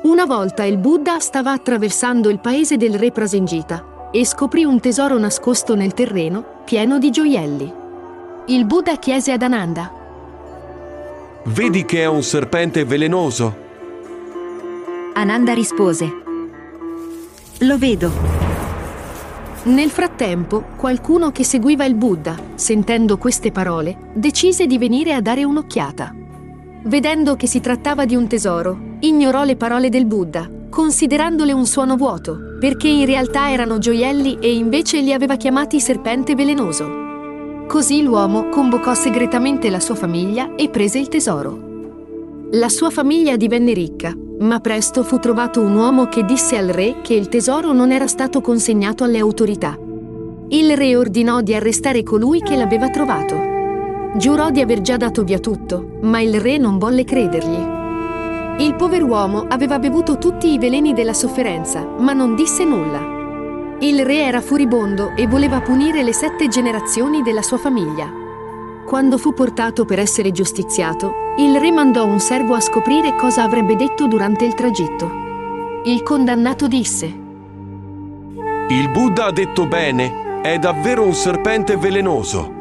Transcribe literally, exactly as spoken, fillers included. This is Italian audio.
Una volta il Buddha stava attraversando il paese del re Prasengita e scoprì un tesoro nascosto nel terreno, pieno di gioielli. Il Buddha chiese ad Ananda: Vedi che è un serpente velenoso? Ananda rispose: Lo vedo. Nel frattempo, qualcuno che seguiva il Buddha, sentendo queste parole, decise di venire a dare un'occhiata. Vedendo che si trattava di un tesoro, ignorò le parole del Buddha, considerandole un suono vuoto, perché in realtà erano gioielli e invece li aveva chiamati serpente velenoso. Così l'uomo convocò segretamente la sua famiglia e prese il tesoro. La sua famiglia divenne ricca, ma presto fu trovato un uomo che disse al re che il tesoro non era stato consegnato alle autorità. Il re ordinò di arrestare colui che l'aveva trovato. Giurò di aver già dato via tutto, ma il re non volle credergli. Il pover'uomo aveva bevuto tutti i veleni della sofferenza, ma non disse nulla. Il re era furibondo e voleva punire le sette generazioni della sua famiglia. Quando fu portato per essere giustiziato, il re mandò un servo a scoprire cosa avrebbe detto durante il tragitto. Il condannato disse: Il Buddha ha detto bene, è davvero un serpente velenoso.